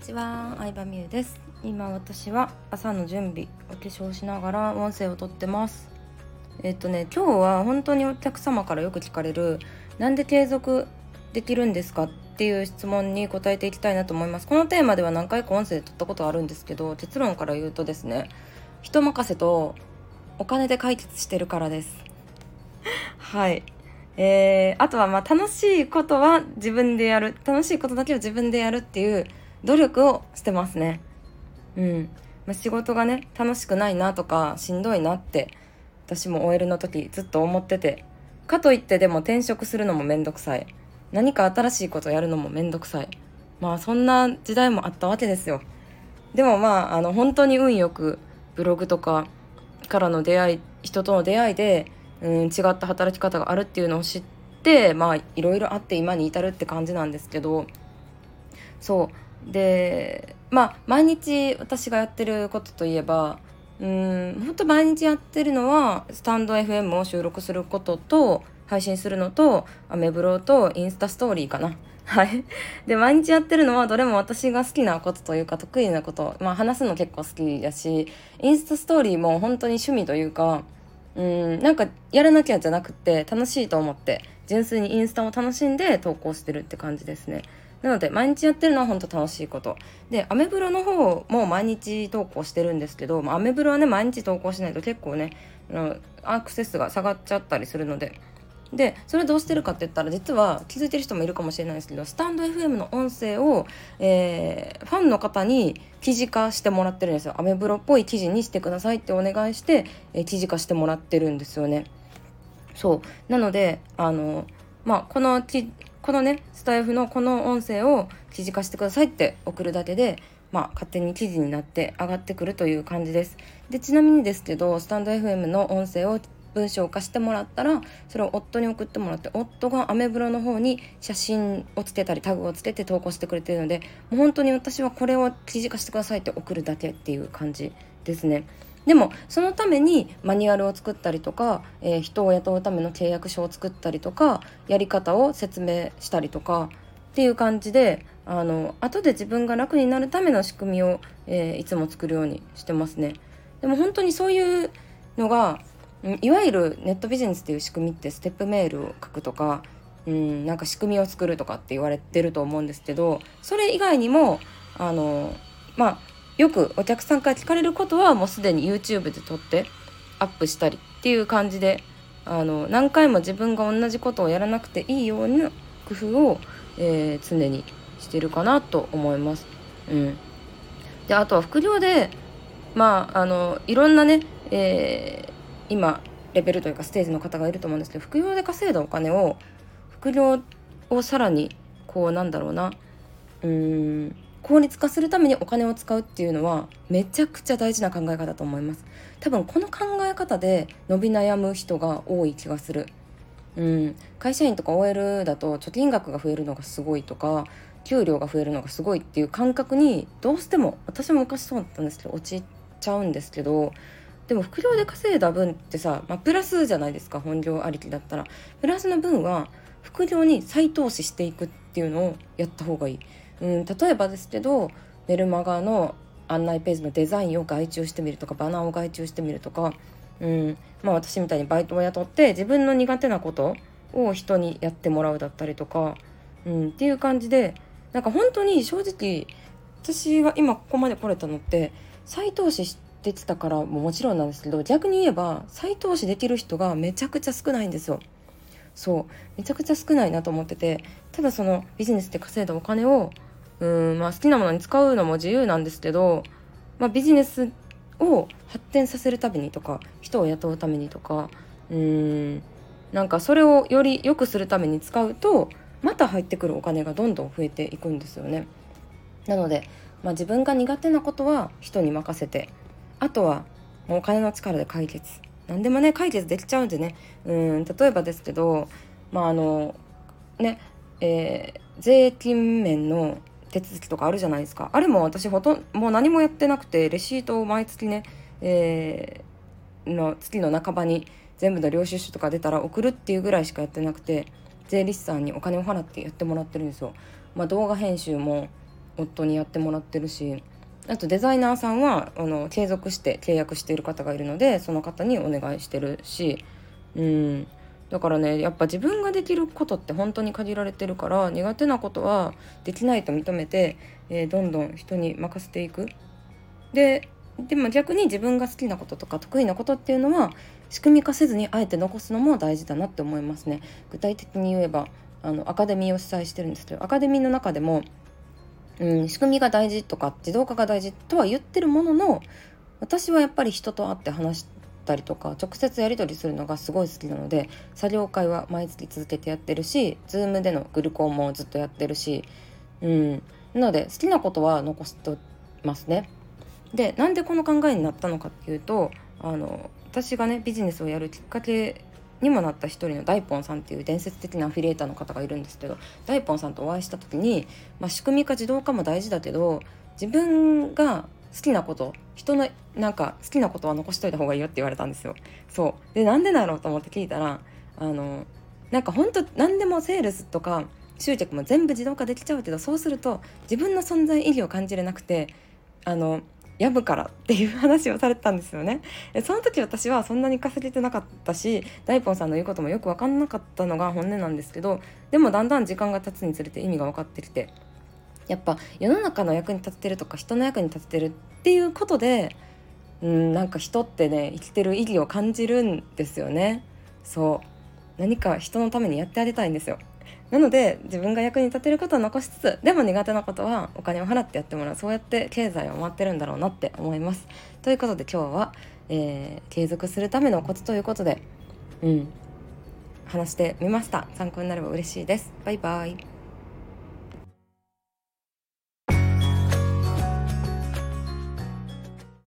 ちは、相葉美優です。今私は朝の準備、お化粧しながら音声をとってます。今日は本当にお客様からよく聞かれるなんで継続できるんですかっていう質問に答えていきたいなと思います。このテーマでは何回か音声で撮ったことあるんですけど、結論から言うとですね、人任せとお金で解決してるからです。はい。あとは楽しいことは自分でやる、楽しいことだけを自分でやるっていう努力をしてますね。仕事がね楽しくないなとかしんどいなって私も OL の時ずっと思ってて、かといってでも転職するのもめんどくさい、何か新しいことやるのもめんどくさい、そんな時代もあったわけですよ。でも本当に運よくブログとかからの出会い、人との出会いで違った働き方があるっていうのを知って、いろいろあって今に至るって感じなんですけど、そうで毎日私がやってることといえば本当毎日やってるのはスタンド FM を収録することと配信するのとアメブロとインスタストーリーかな。はいで毎日やってるのはどれも私が好きなことというか得意なこと、話すの結構好きだし、インスタストーリーも本当に趣味というかなんかやらなきゃじゃなくって楽しいと思って純粋にインスタを楽しんで投稿してるって感じですね。なので毎日やってるのは本当楽しいことで、アメブロの方も毎日投稿してるんですけど、アメブロはね毎日投稿しないと結構ねアクセスが下がっちゃったりするのでそれどうしてるかって言ったら、実は気づいてる人もいるかもしれないですけど、スタンド FM の音声を、ファンの方に記事化してもらってるんですよ。アメブロっぽい記事にしてくださいってお願いして、記事化してもらってるんですよね。そうなのでこのねスタイフのこの音声を記事化してくださいって送るだけで勝手に記事になって上がってくるという感じです。でちなみにですけど、スタンド FM の音声を文章化してもらったらそれを夫に送ってもらって、夫がアメブロの方に写真をつけたりタグをつけて投稿してくれてるので、もう本当に私はこれを記事化してくださいって送るだけっていう感じですね。でもそのためにマニュアルを作ったりとか、人を雇うための契約書を作ったりとか、やり方を説明したりとかっていう感じで、後で自分が楽になるための仕組みを、いつも作るようにしてますね。でも本当にそういうのがいわゆるネットビジネスっていう仕組みってステップメールを書くとかなんか仕組みを作るとかって言われてると思うんですけど、それ以外にもよくお客さんから聞かれることはもうすでに YouTube で撮ってアップしたりっていう感じで、何回も自分が同じことをやらなくていいような工夫を、常にしてるかなと思います。であとは副業でいろんなね、今レベルというかステージの方がいると思うんですけど、副業で稼いだお金を副業をさらに効率化するためにお金を使うっていうのはめちゃくちゃ大事な考え方だと思います。多分この考え方で伸び悩む人が多い気がする。会社員とか OL だと貯金額が増えるのがすごいとか給料が増えるのがすごいっていう感覚にどうしても、私も昔そうだったんですけど陥っちゃうんですけど、でも副業で稼いだ分ってさ、プラスじゃないですか。本業ありきだったらプラスの分は副業に再投資していくっていうのをやった方がいい。例えばですけどメルマガの案内ページのデザインを外注してみるとか、バナーを外注してみるとか、私みたいにバイトを雇って自分の苦手なことを人にやってもらうだったりとか、っていう感じで、本当に正直私が今ここまで来れたのって再投資してきたからもちろんなんですけど、逆に言えば再投資できる人がめちゃくちゃ少ないんですよ。めちゃくちゃ少ないなと思ってて、ただそのビジネスで稼いだお金を好きなものに使うのも自由なんですけど、ビジネスを発展させるためにとか人を雇うためにとかそれをより良くするために使うとまた入ってくるお金がどんどん増えていくんですよね。なので、自分が苦手なことは人に任せて、あとはもうお金の力で解決、何でもね解決できちゃうんでね。例えばですけど税金面の手続きとかあるじゃないですか。あれも私もう何もやってなくて、レシートを毎月ね、月の半ばに全部の領収書とか出たら送るっていうぐらいしかやってなくて、税理士さんにお金を払ってやってもらってるんですよ。動画編集も夫にやってもらってるし、あとデザイナーさんは継続して契約している方がいるので、その方にお願いしてるし、だからね、やっぱ自分ができることって本当に限られてるから、苦手なことはできないと認めて、どんどん人に任せていく。でも逆に自分が好きなこととか得意なことっていうのは仕組み化せずにあえて残すのも大事だなって思いますね。具体的に言えばアカデミーを主催してるんですけど、アカデミーの中でも、仕組みが大事とか自動化が大事とは言ってるものの、私はやっぱり人と会って話したりとか直接やり取りするのがすごい好きなので、作業会は毎月続けてやってるし、Zoom でのグルコンもずっとやってるし、なので好きなことは残してますね。で、なんでこの考えになったのかっていうと、私がねビジネスをやるきっかけにもなった一人の大ポンさんっていう伝説的なアフィリエイターの方がいるんですけど、大ポンさんとお会いした時に、仕組み化自動化も大事だけど、自分が好きなこと、人のなんか好きなことは残しといた方がいいよって言われたんですよ。そうで、なんでだろうと思って聞いたら、なんか本当何でもセールスとか集客も全部自動化できちゃうけど、そうすると自分の存在意義を感じれなくてやむからっていう話をされてたんですよね。その時私はそんなに稼げてなかったし、大ポンさんの言うこともよく分かんなかったのが本音なんですけど、でもだんだん時間が経つにつれて意味が分かってきて、やっぱ世の中の役に立ててるとか人の役に立ててるっていうことで、なんか人ってね生きてる意義を感じるんですよね。何か人のためにやってあげたいんですよ。なので自分が役に立てることは残しつつ、でも苦手なことはお金を払ってやってもらう、そうやって経済を回ってるんだろうなって思います。ということで今日は、継続するためのコツということで、話してみました。参考になれば嬉しいです。バイバイ。